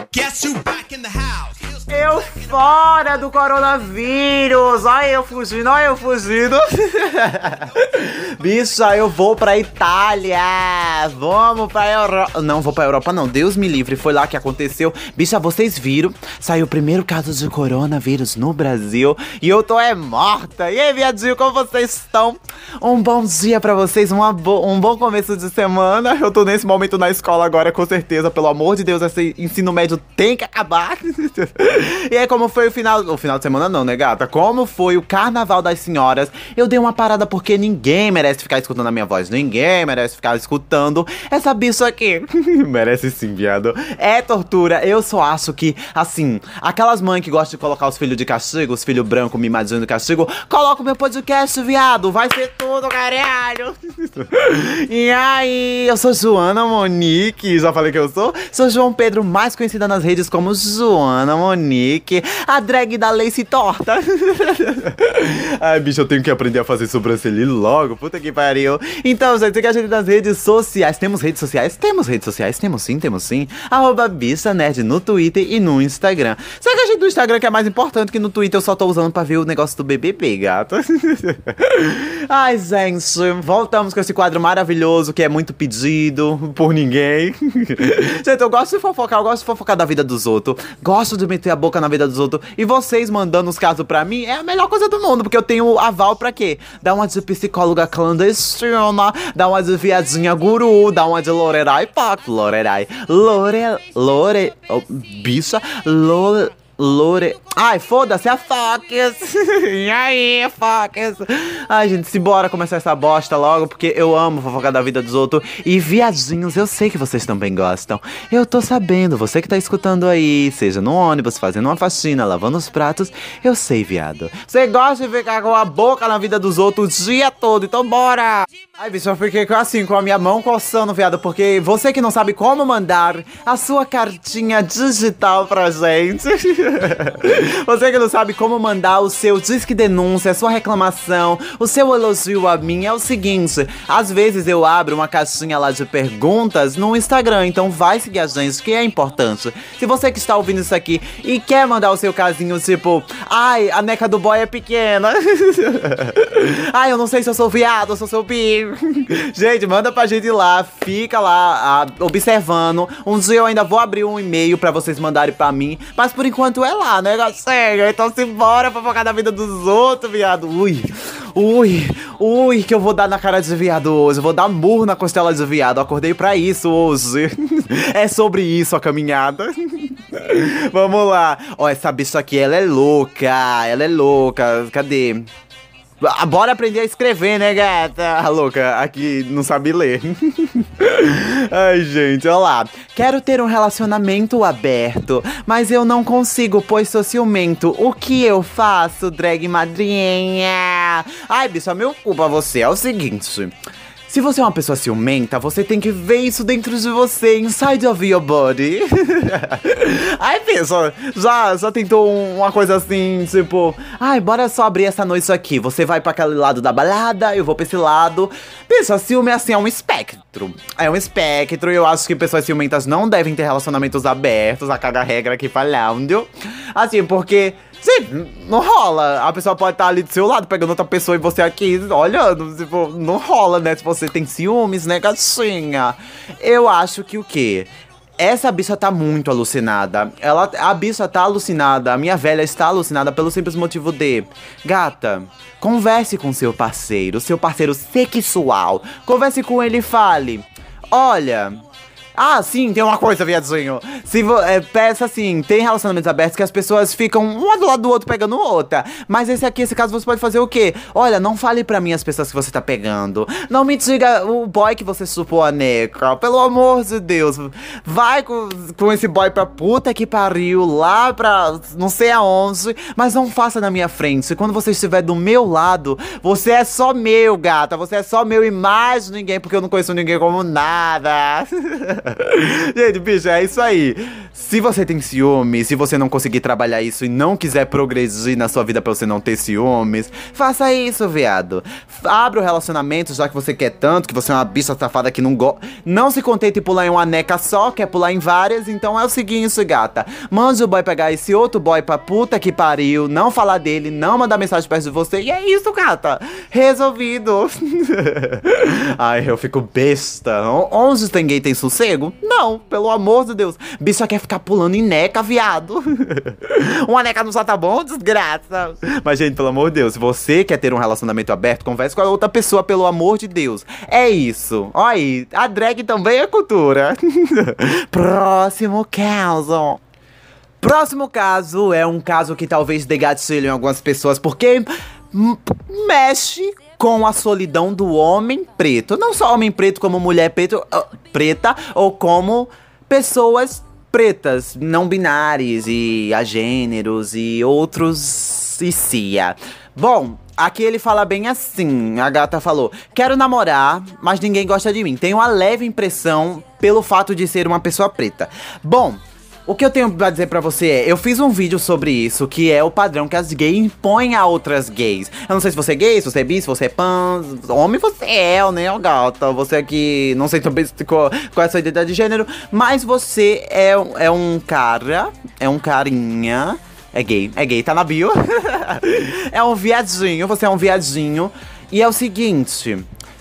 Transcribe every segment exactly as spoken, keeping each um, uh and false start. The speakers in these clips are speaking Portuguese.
Guess who back in the house? Eu fora do coronavírus. Olha eu fugindo, olha eu fugindo. Bicha, eu vou pra Itália. Vamos pra Europa. Não, vou pra Europa não, Deus me livre. Foi lá que aconteceu. Bicha, vocês viram? Saiu o primeiro caso de coronavírus no Brasil. E eu tô é morta. E aí, viadinho, como vocês estão? Um bom dia pra vocês, uma bo um bom começo de semana. Eu tô nesse momento na escola agora, com certeza. Pelo amor de Deus, esse ensino médio tem que acabar. E aí, como foi o final... O final de semana não, né, gata? Como foi o Carnaval das Senhoras? Eu dei uma parada porque ninguém merece ficar escutando a minha voz. Ninguém merece ficar escutando essa bicha aqui. Merece sim, viado. É tortura. Eu só acho que, assim, aquelas mães que gostam de colocar os filhos de castigo, os filhos brancos mimadinhos de castigo, coloca o meu podcast, viado. Vai ser tudo, caralho. E aí, eu sou Joana Monique. Já falei que eu sou? Sou João Pedro, mais conhecida nas redes como Joana Monique, a drag da Lace Torta. Ai, bicho, eu tenho que aprender a fazer sobrancelha logo. Puta que pariu. Então, gente, siga a gente nas redes sociais. Temos redes sociais? Temos redes sociais. Temos sim, temos sim. Arroba Bicha Nerd no Twitter e no Instagram. Segue a gente no Instagram, que é mais importante, que no Twitter eu só tô usando pra ver o negócio do B B B, gato. Ai, gente, voltamos com esse quadro maravilhoso que é muito pedido por ninguém. Gente, eu gosto de fofocar, eu gosto de fofocar da vida dos outros. Gosto de meter a boca na vida dos outros. E vocês mandando os casos pra mim é a melhor coisa do mundo, porque eu tenho aval pra quê? Dar uma de psicóloga clandestina, dar uma de viadinha guru, dar uma de Lorelai Fox, Lorelai, Lore, Lore, oh, bicha, Lore, Lore... Ai, foda-se, a Fox. E aí, Fox? Ai, gente, simbora começar essa bosta logo, porque eu amo fofocar da vida dos outros. E viadinhos, eu sei que vocês também gostam. Eu tô sabendo, você que tá escutando aí, seja no ônibus, fazendo uma faxina, lavando os pratos, eu sei, viado. Você gosta de ficar com a boca na vida dos outros o dia todo, então bora! Ai, bicho, eu fiquei assim, com a minha mão coçando, viado, porque você que não sabe como mandar a sua cartinha digital pra gente... Você que não sabe como mandar o seu disque denúncia, a sua reclamação, o seu elogio a mim, é o seguinte: às vezes eu abro uma caixinha lá de perguntas no Instagram, então vai seguir a gente, que é importante. Se você que está ouvindo isso aqui e quer mandar o seu casinho, tipo, ai, a neca do boy é pequena. Ai, eu não sei se eu sou viado ou se eu sou bi. Gente, manda pra gente lá, fica lá a, observando. Um dia eu ainda vou abrir um e-mail pra vocês mandarem pra mim, mas por enquanto é lá, né? Sério, então se bora fofocar da vida dos outros, viado. Ui, ui, ui, que eu vou dar na cara de viado hoje. Eu vou dar murro na costela de viado. Eu acordei pra isso hoje. É sobre isso a caminhada. Vamos lá. Ó, essa bicha aqui, ela é louca. Ela é louca. Cadê? Bora aprender a escrever, né, gata? A louca, aqui não sabe ler. Ai, gente, olha lá. Quero ter um relacionamento aberto, mas eu não consigo, pois sou ciumento. O que eu faço, drag madrinha? Ai, bicho, meu culpa você. É o seguinte... Se você é uma pessoa ciumenta, você tem que ver isso dentro de você, inside of your body. Ai, pessoal, já, já tentou uma coisa assim, tipo... Ai, bora só abrir essa noite isso aqui. Você vai pra aquele lado da balada, eu vou pra esse lado. Pessoal, ciúme assim é um espectro. É um espectro e eu acho que pessoas ciumentas não devem ter relacionamentos abertos, a caga regra aqui falando. Assim, porque... Sim, não rola. A pessoa pode estar ali do seu lado, pegando outra pessoa e você aqui olhando. Tipo, não rola, né? Se você tem ciúmes, né, gatinha? Eu acho que o quê? Essa bicha tá muito alucinada. Ela, a bicha tá alucinada. A minha velha está alucinada pelo simples motivo de... Gata, converse com seu parceiro, seu parceiro sexual. Converse com ele e fale... Olha... Ah, sim, tem uma coisa, viadinho. Se vo, é, peça assim, tem relacionamentos abertos que as pessoas ficam uma do lado do outro pegando outra. Mas esse aqui, esse caso, você pode fazer o quê? Olha, não fale pra mim as pessoas que você tá pegando. Não me diga o boy que você chupou a neca. Pelo amor de Deus. Vai com, com esse boy pra puta que pariu, lá pra não sei aonde. Mas não faça na minha frente. Quando você estiver do meu lado, você é só meu, gata. Você é só meu e mais ninguém, porque eu não conheço ninguém como nada. Gente, bicho, é isso aí. Se você tem ciúmes, se você não conseguir trabalhar isso e não quiser progredir na sua vida pra você não ter ciúmes, faça isso, viado. Abra o relacionamento, já que você quer tanto, que você é uma bicha safada que não gosta. Não se contente em pular em uma neca só, quer pular em várias. Então é o seguinte, gata. Mande o boy pegar esse outro boy pra puta que pariu, não falar dele, não mandar mensagem perto de você. E é isso, gata. Resolvido. Ai, eu fico besta. Onde tem gay tem sossego? Não, pelo amor de Deus. Bicha quer ficar pulando em neca, viado. Uma neca não só tá bom, desgraça. Mas, gente, pelo amor de Deus, se você quer ter um relacionamento aberto, converse com a outra pessoa, pelo amor de Deus. É isso. Olha aí, a drag também é cultura. Próximo caso. Próximo caso é um caso que talvez dê gatilho em algumas pessoas, porque mexe com a solidão do homem preto. Não só homem preto, como mulher preto, uh, preta, ou como pessoas pretas, não binárias e agêneros e outros e cia. Bom, aqui ele fala bem assim, a gata falou: quero namorar, mas ninguém gosta de mim. Tenho uma leve impressão pelo fato de ser uma pessoa preta. Bom, o que eu tenho pra dizer pra você é, eu fiz um vídeo sobre isso, que é o padrão que as gays impõem a outras gays. Eu não sei se você é gay, se você é bi, se você é pan, homem você é, né, gata? Você aqui, não sei também qual, qual é a sua identidade de gênero, mas você é, é um cara, é um carinha, é gay, é gay, tá na bio. É um viadinho, você é um viadinho. E é o seguinte,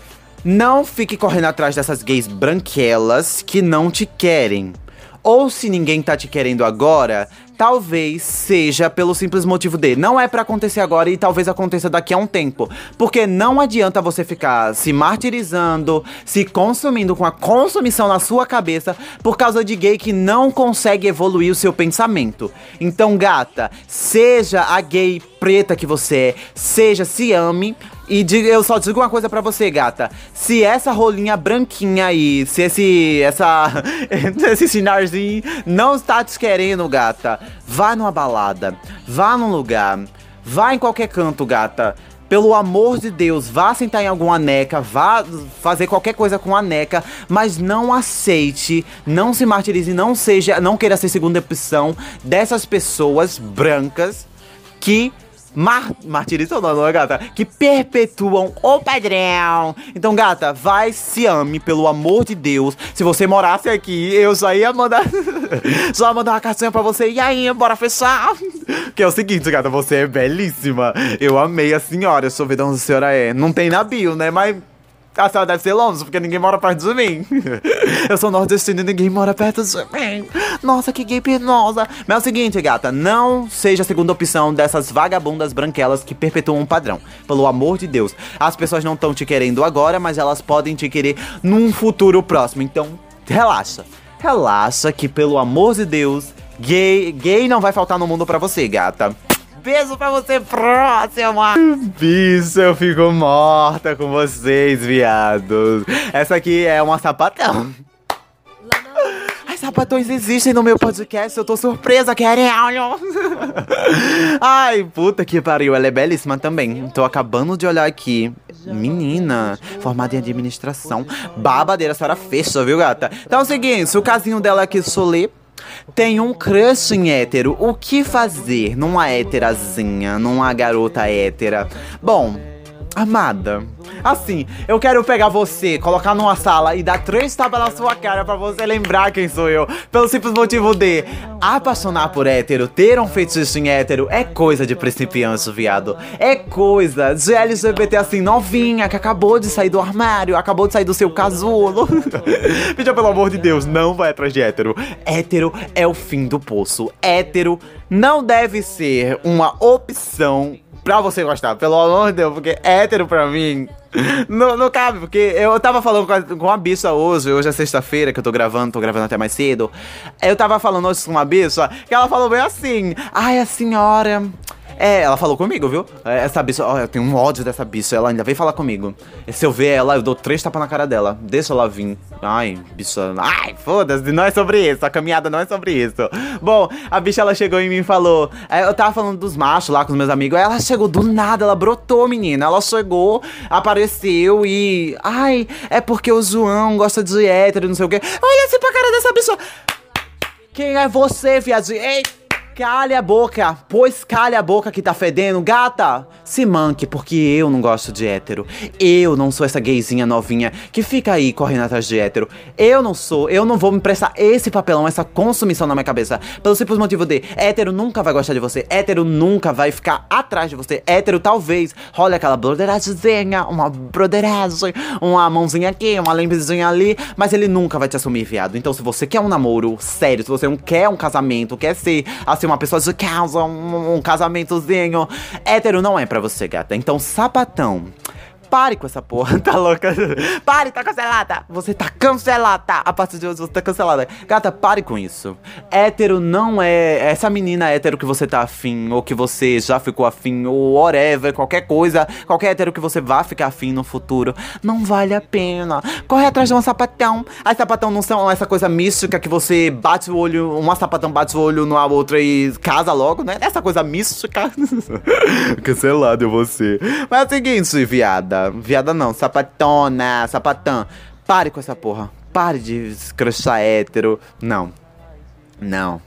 não fique correndo atrás dessas gays branquelas que não te querem. Ou se ninguém tá te querendo agora, talvez seja pelo simples motivo de não é pra acontecer agora e talvez aconteça daqui a um tempo. Porque não adianta você ficar se martirizando, se consumindo com a consumição na sua cabeça por causa de gay que não consegue evoluir o seu pensamento. Então, gata, seja a gay preta que você é, seja, se ame. E diga, eu só digo uma coisa pra você, gata. Se essa rolinha branquinha aí, se esse, essa, esse sinarzinho não está te querendo, gata, vá numa balada, vá num lugar, vá em qualquer canto, gata. Pelo amor de Deus, vá sentar em alguma neca, vá fazer qualquer coisa com a neca, mas não aceite, não se martirize, não seja, não queira ser segunda opção dessas pessoas brancas que Mar martirizam não, não é, gata? Que perpetuam o padrão. Então, gata, vai, se ame, pelo amor de Deus. Se você morasse aqui, eu só ia mandar só ia mandar uma cartinha pra você. E aí, bora fechar? Que é o seguinte, gata, você é belíssima. Eu amei a senhora, deixa eu ver de onde a senhora é. Não tem na bio, né, mas a senhora deve ser longe, porque ninguém mora perto de mim. Eu sou nordestino e ninguém mora perto de mim. Nossa, que gay penosa. Mas é o seguinte, gata, não seja a segunda opção dessas vagabundas branquelas que perpetuam um padrão. Pelo amor de Deus. As pessoas não estão te querendo agora, mas elas podem te querer num futuro próximo. Então, relaxa. Relaxa que, pelo amor de Deus, gay, gay não vai faltar no mundo pra você, gata. Beijo pra você, próxima! Bicho, eu fico morta com vocês, viados. Essa aqui é uma sapatão. Ai, sapatões existem no meu podcast, eu tô surpresa, querem? Ai, puta que pariu, ela é belíssima também. Tô acabando de olhar aqui. Menina, formada em administração. Babadeira, a senhora fecha, viu, gata? Então é o seguinte, o casinho dela aqui, Solê, tem um crush em hétero. O que fazer numa héterazinha, numa garota hétera? Bom, amada, assim, eu quero pegar você, colocar numa sala e dar três tapas na sua cara pra você lembrar quem sou eu. Pelo simples motivo de apaixonar por hétero, ter um fetiche em hétero é coisa de principiante, viado. É coisa de L G B T assim, novinha, que acabou de sair do armário, acabou de sair do seu casulo. Pediu, pelo amor de Deus, não vai atrás de hétero. Hétero é o fim do poço. Hétero não deve ser uma opção pra você gostar, pelo amor de Deus, porque hétero pra mim não, não cabe, porque eu tava falando com a, com a bicha hoje, hoje é sexta-feira que eu tô gravando, tô gravando até mais cedo. Eu tava falando hoje com uma bicha, que ela falou bem assim: ai, a senhora É, ela falou comigo, viu? É, essa bicha, ó, eu tenho um ódio dessa bicha. Ela ainda veio falar comigo. E se eu ver ela, eu dou três tapas na cara dela. Deixa ela vir. Ai, bicha. Ai, foda-se, não é sobre isso. A caminhada não é sobre isso. Bom, a bicha, ela chegou em mim e falou. É, eu tava falando dos machos lá com os meus amigos. Aí ela chegou do nada, ela brotou, menina. Ela chegou, apareceu e. Ai, é porque o João gosta de hétero, não sei o quê. Olha assim pra cara dessa bicha. Quem é você, viadinho? Ei, calha a boca, pois calha a boca que tá fedendo. Gata, se manque, porque eu não gosto de hétero. Eu não sou essa gayzinha novinha que fica aí correndo atrás de hétero. Eu não sou, eu não vou me prestar esse papelão, essa consumição na minha cabeça. Pelo simples motivo de hétero nunca vai gostar de você. Hétero nunca vai ficar atrás de você. Hétero talvez role aquela brotheragemzinha, uma broderagem, uma mãozinha aqui, uma lembrzinha ali. Mas ele nunca vai te assumir, viado. Então se você quer um namoro sério, se você não quer um casamento, quer ser assim uma pessoa de casa, um, um casamentozinho, hétero não é pra você, gata. Então, sapatão, pare com essa porra, tá louca? Pare, tá cancelada. Você tá cancelada. A partir de hoje você tá cancelada. Gata, pare com isso. Hétero não é essa menina hétero que você tá afim, ou que você já ficou afim, ou whatever, qualquer coisa, qualquer hétero que você vá ficar afim no futuro. Não vale a pena. Corre atrás de um sapatão. As sapatão não são essa coisa mística que você bate o olho, uma sapatão bate o olho na outra e casa logo, né? Essa coisa mística. Cancelado é você. Mas é o seguinte, viada. Viada não, sapatona, sapatã. Pare com essa porra. Pare de crushar hétero. Não. Não.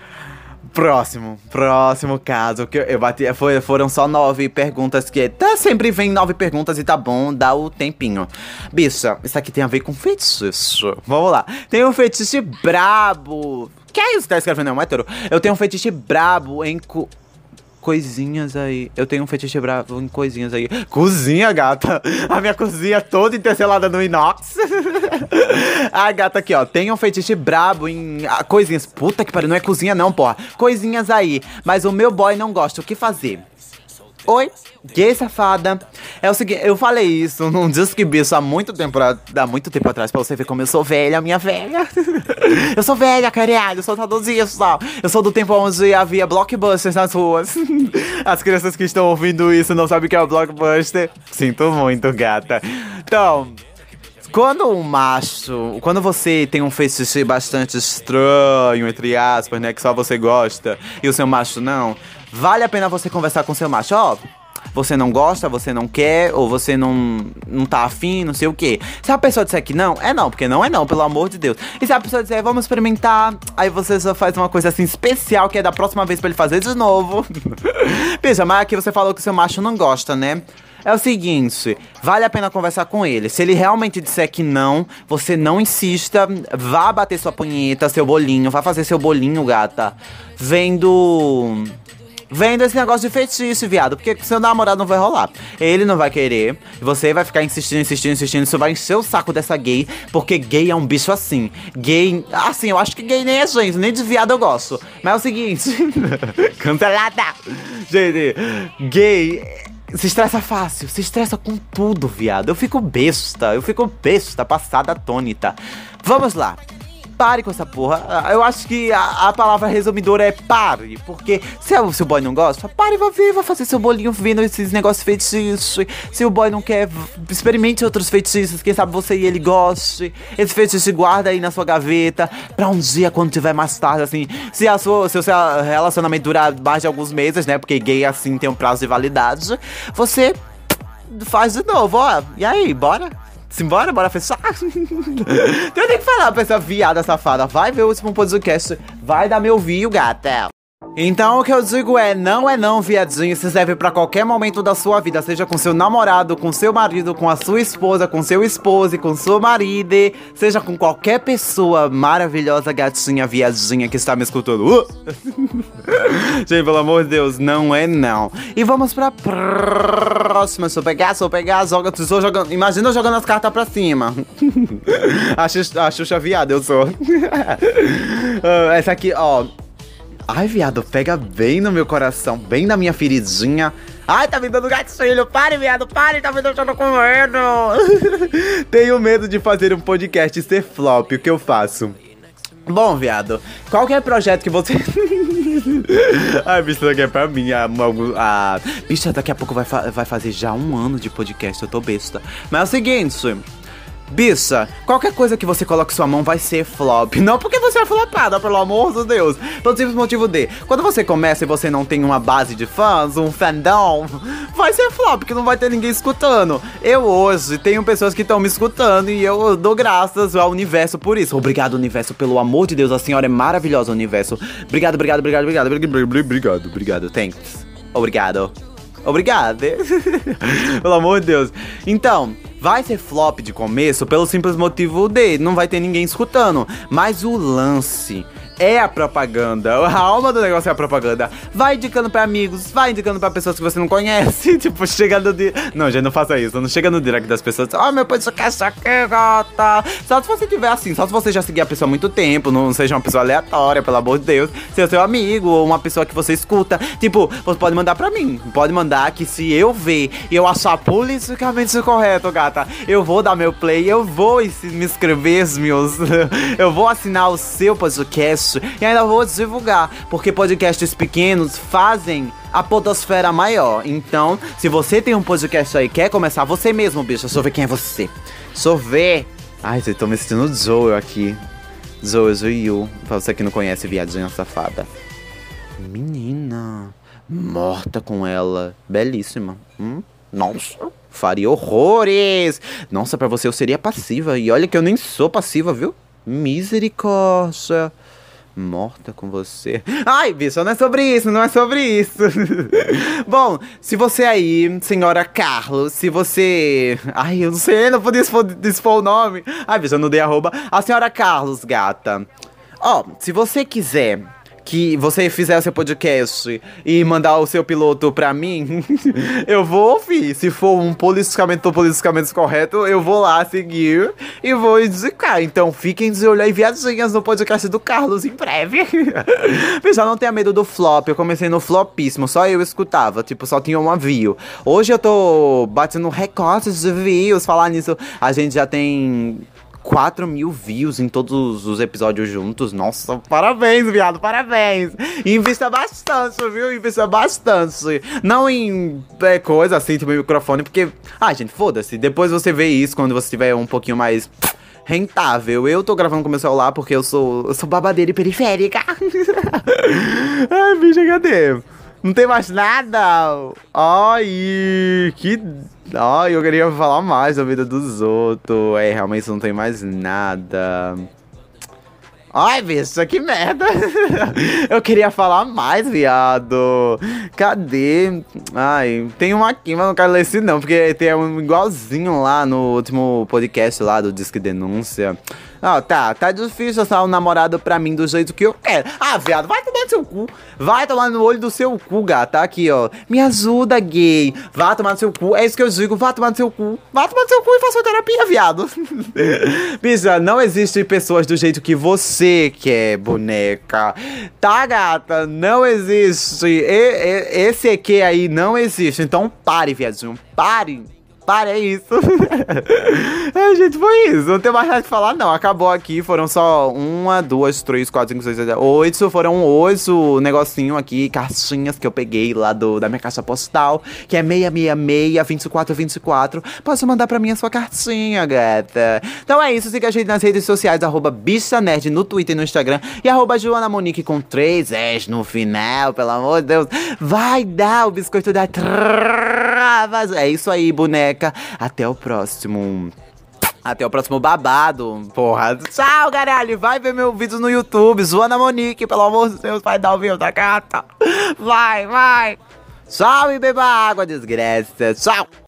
Próximo, próximo caso que eu bati, foi, foram só nove perguntas que tá, sempre vem nove perguntas e tá bom, dá o tempinho. Bicha, isso aqui tem a ver com fetiche. Vamos lá. Tem um fetiche brabo. Que é isso que tá escrevendo? É um hétero? Eu tenho um fetiche brabo em... Co Coisinhas aí. Eu tenho um fetiche bravo em coisinhas aí. Cozinha, gata. A minha cozinha toda entecelada no inox. A gata aqui, ó. Tem um fetiche brabo em ah, coisinhas. Puta que pariu. Não é cozinha não, porra. Coisinhas aí. Mas o meu boy não gosta. O que fazer? Oi, gay safada. É o seguinte, eu falei isso num Disque Bicho há muito tempo, há muito tempo atrás, pra você ver como eu sou velha, minha velha. Eu sou velha, caralho, eu sou saudosista. Eu sou do tempo onde havia blockbusters nas ruas. As crianças que estão ouvindo isso não sabem o que é o blockbuster. Sinto muito, gata. Então... Quando um macho, quando você tem um fetiche bastante estranho, entre aspas, né, que só você gosta, e o seu macho não, vale a pena você conversar com o seu macho, ó, você não gosta, você não quer, ou você não, não tá afim, não sei o quê. Se a pessoa disser que não, é não, porque não é não, pelo amor de Deus. E se a pessoa disser, vamos experimentar, aí você só faz uma coisa assim especial, que é da próxima vez pra ele fazer de novo. Pensa, mas aqui você falou que o seu macho não gosta, né? É o seguinte, vale a pena conversar com ele. Se ele realmente disser que não, você não insista, vá bater sua punheta, seu bolinho, vá fazer seu bolinho, gata. Vendo... Vendo esse negócio de fetiche, viado, porque seu namorado não vai rolar. Ele não vai querer, você vai ficar insistindo, insistindo, insistindo. Isso vai encher o saco dessa gay, porque gay é um bicho assim. Gay, assim, eu acho que gay nem é gente, nem de viado eu gosto. Mas é o seguinte, cancelada. Gente, gay... Se estressa fácil, se estressa com tudo, viado. Eu fico besta, eu fico besta, passada atônita. Vamos lá. Pare com essa porra. Eu acho que a, a palavra resumidora é pare. Porque se o seu boy não gosta, pare e vá ver, vá fazer seu bolinho vendo esses negócios feitiços. Se o boy não quer, experimente outros feitiços. Quem sabe você e ele goste. Esse feitiço guarda aí na sua gaveta. Pra um dia, quando tiver mais tarde, assim. Se, a sua, se o seu relacionamento durar mais de alguns meses, né? Porque gay assim tem um prazo de validade. Você faz de novo, ó. E aí, bora? Simbora, bora fechar. Eu tenho que falar pra essa viada safada. Vai ver o último podcast. Vai dar meu view, gata. Então o que eu digo é, não é não, viadinho. Isso serve pra qualquer momento da sua vida. Seja com seu namorado, com seu marido, com a sua esposa, com seu esposo, com seu marido. Seja com qualquer pessoa maravilhosa, gatinha, viadinha que está me escutando. uh! Gente, pelo amor de Deus, não é não. E vamos pra próxima. Se eu pegar, se eu pegar, joga, estou jogando. Imagina eu jogando as cartas pra cima. A Xuxa, a Xuxa viada, eu sou. uh, Essa aqui, ó. Ai, viado, pega bem no meu coração, bem na minha feridinha. Ai, tá me dando gatilho. Pare, viado, pare, tá me deixando com medo. Tenho medo de fazer um podcast e ser flop. O que eu faço? Bom, viado, qualquer projeto que você... Ai, bicho, daqui é pra mim. A, a, a... Bicho, daqui a pouco vai, fa vai fazer já um ano de podcast, eu tô besta. Mas é o seguinte... Bicha, qualquer coisa que você coloque sua mão vai ser flop. Não porque você é flopada, pelo amor de Deus. Pelo simples motivo de, quando você começa e você não tem uma base de fãs, um fandom, vai ser flop, que não vai ter ninguém escutando. Eu hoje tenho pessoas que estão me escutando e eu dou graças ao universo por isso. Obrigado, universo, pelo amor de Deus, a senhora é maravilhosa, universo. Obrigado, obrigado, obrigado, obrigado, obrigado, obrigado, obrigado, thanks. Obrigado. Obrigado. Pelo amor de Deus. Então, vai ser flop de começo pelo simples motivo de não vai ter ninguém escutando. Mas o lance é a propaganda. A alma do negócio é a propaganda. Vai indicando pra amigos, vai indicando pra pessoas que você não conhece. Tipo, chega no dia... Não, gente, não faça isso. Não chega no direct das pessoas. Ah, oh, meu podcast aqui, gata. Só se você tiver assim, só se você já seguir a pessoa há muito tempo, não seja uma pessoa aleatória, pelo amor de Deus. Seja seu amigo ou uma pessoa que você escuta. Tipo, você pode mandar pra mim. Pode mandar que se eu ver e eu achar politicamente correto, gata, eu vou dar meu play, eu vou me inscrever, meus. Eu vou assinar o seu podcast. E ainda vou divulgar, porque podcasts pequenos fazem a podosfera maior. Então, se você tem um podcast aí, quer começar, você mesmo, bicho, deixa eu ver quem é você. Deixa eu ver. Ai, eu tô me sentindo Joel aqui. Joel, Joel. Pra você que não conhece, viadinha safada. Menina, morta com ela. Belíssima. Hum? Nossa, faria horrores. Nossa, pra você eu seria passiva. E olha que eu nem sou passiva, viu? Misericórdia. Morta com você. Ai, bicho, não é sobre isso, não é sobre isso. Bom, se você aí, senhora Carlos, se você... Ai, eu não sei, não podia expor, expor o nome. Ai, bicho, eu não dei arroba. A senhora Carlos, gata. Ó, oh, se você quiser que você fizer o seu podcast e mandar o seu piloto pra mim, eu vou ouvir. Se for um politicamente ou politicamente correto, eu vou lá seguir e vou indicar. Então fiquem de olho aí, viadinhas, no podcast do Carlos em breve. Pessoal, não tenha medo do flop. Eu comecei no flopíssimo, só eu escutava. Tipo, só tinha uma view. Hoje eu tô batendo recordes de views. Falar nisso, a gente já tem... quatro mil views em todos os episódios juntos. Nossa, parabéns, viado, parabéns. Invista bastante, viu? Invista bastante. Não em é, coisa assim, tipo microfone, porque... Ah, gente, foda-se. Depois você vê isso quando você tiver um pouquinho mais... rentável. Eu tô gravando com meu celular porque eu sou... Eu sou babadeira e periférica. Ai, bicho, cadê? Não tem mais nada. Ai, que... Ai, eu queria falar mais da vida dos outros. É, realmente não tem mais nada. Ai, bicho, que merda. Eu queria falar mais, viado. Cadê? Ai, tem um aqui, mas não quero ler esse não, porque tem um igualzinho lá no último podcast lá do Disque Denúncia. Ah, tá, tá difícil achar um namorado pra mim do jeito que eu quero. Ah, viado, vai tomar no seu cu. Vai tomar no olho do seu cu, gata. Tá aqui, ó. Me ajuda, gay. Vai tomar no seu cu. É isso que eu digo. Vai tomar no seu cu. Vai tomar no seu cu e faça terapia, viado. Bicha, não existe pessoas do jeito que você quer, boneca. Tá, gata? Não existe. E, e, esse aqui aí não existe. Então pare, viadinho. Pare. Para, é isso. É, gente, foi isso. Não tem mais nada de falar, não. Acabou aqui. Foram só uma, duas, três, quatro, cinco, seis, sete, oito. Foram oito negocinho aqui, caixinhas que eu peguei lá do, da minha caixa postal, que é seis seis seis, vinte e quatro, vinte e quatro. Posso mandar pra mim a sua cartinha, gata. Então é isso. Siga a gente nas redes sociais, arroba BichaNerd no Twitter e no Instagram. E arroba Joana Monique com três S no final, pelo amor de Deus. Vai dar o biscoito da travas. É isso aí, boneca. Até o próximo. Até o próximo babado. Porra. Tchau, caralho. Vai ver meu vídeo no YouTube. Joana Monique, pelo amor de Deus. Vai dar o vídeo da gata. Vai, vai. Tchau e beba água, desgraça. Tchau.